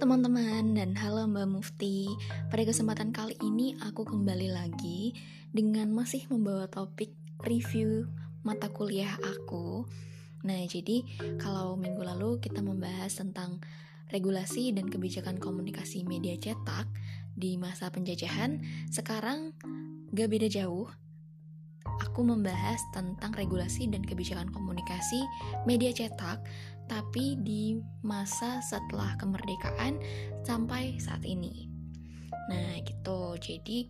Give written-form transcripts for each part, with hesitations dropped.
teman-teman dan halo Mbak Mufti. Pada kesempatan kali ini aku kembali lagi dengan masih membawa topik review mata kuliah aku. Nah, jadi kalau minggu lalu kita membahas tentang regulasi dan kebijakan komunikasi media cetak di masa penjajahan, sekarang gak beda jauh. Aku membahas tentang regulasi dan kebijakan komunikasi media cetak, tapi di masa setelah kemerdekaan sampai saat ini. Nah, gitu. Jadi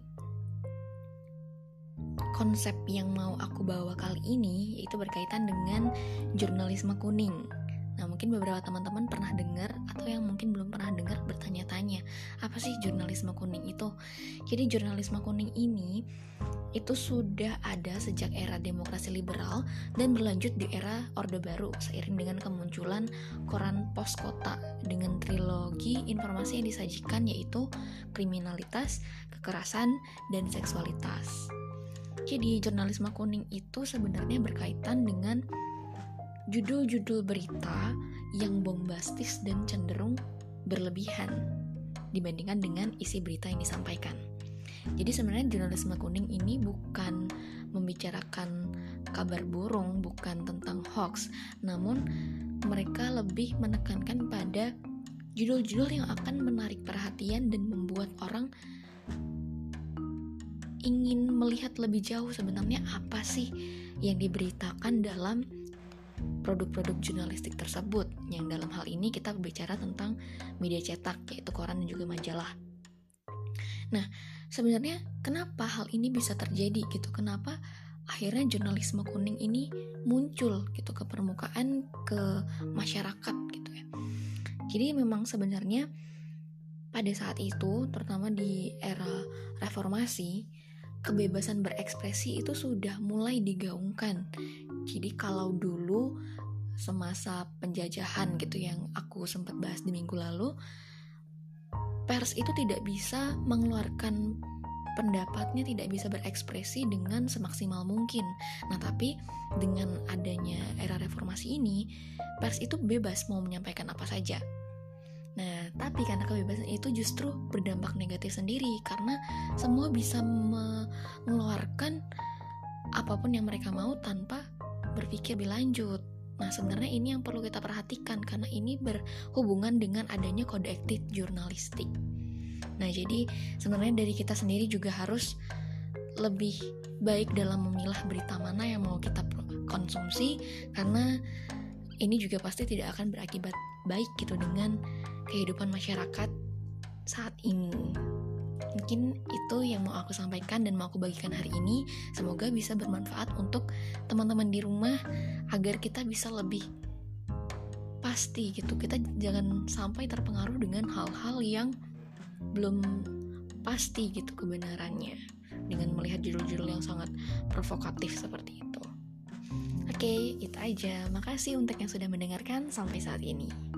konsep yang mau aku bawa kali ini yaitu berkaitan dengan jurnalisme kuning. Nah, mungkin beberapa teman-teman pernah dengar atau yang mungkin belum pernah dengar bertanya-tanya, apa sih jurnalisme kuning itu? Jadi jurnalisme kuning ini itu sudah ada sejak era demokrasi liberal dan berlanjut di era Orde Baru seiring dengan kemunculan koran pos kota dengan trilogi informasi yang disajikan yaitu kriminalitas, kekerasan, dan seksualitas. Jadi jurnalisme kuning itu sebenarnya berkaitan dengan judul-judul berita yang bombastis dan cenderung berlebihan dibandingkan dengan isi berita yang disampaikan. Jadi sebenarnya jurnalisme kuning ini bukan membicarakan kabar burung, bukan tentang hoax, namun mereka lebih menekankan pada judul-judul yang akan menarik perhatian dan membuat orang ingin melihat lebih jauh sebenarnya apa sih yang diberitakan dalam produk-produk jurnalistik tersebut, yang dalam hal ini kita berbicara tentang media cetak yaitu koran dan juga majalah. Nah, sebenarnya kenapa hal ini bisa terjadi gitu? Kenapa akhirnya jurnalisme kuning ini muncul gitu ke permukaan, ke masyarakat gitu ya. Jadi memang sebenarnya pada saat itu, terutama di era reformasi, kebebasan berekspresi itu sudah mulai digaungkan. Jadi kalau dulu semasa penjajahan gitu yang aku sempat bahas di minggu lalu, pers itu tidak bisa mengeluarkan pendapatnya, tidak bisa berekspresi dengan semaksimal mungkin. Nah, tapi dengan adanya era reformasi ini, pers itu bebas mau menyampaikan apa saja. Nah, tapi karena kebebasan itu justru berdampak negatif sendiri, karena semua bisa mengeluarkan apapun yang mereka mau tanpa berpikir lebih lanjut. Nah, sebenarnya ini yang perlu kita perhatikan karena ini berhubungan dengan adanya kode etik jurnalistik. Nah, jadi sebenarnya dari kita sendiri juga harus lebih baik dalam memilah berita mana yang mau kita konsumsi, karena ini juga pasti tidak akan berakibat baik gitu dengan kehidupan masyarakat saat ini. Mungkin itu yang mau aku sampaikan dan mau aku bagikan hari ini. Semoga bisa bermanfaat untuk teman-teman di rumah agar kita bisa lebih pasti gitu. Kita jangan sampai terpengaruh dengan hal-hal yang belum pasti gitu kebenarannya dengan melihat judul-judul yang sangat provokatif seperti itu. Oke, itu aja. Makasih untuk yang sudah mendengarkan sampai saat ini.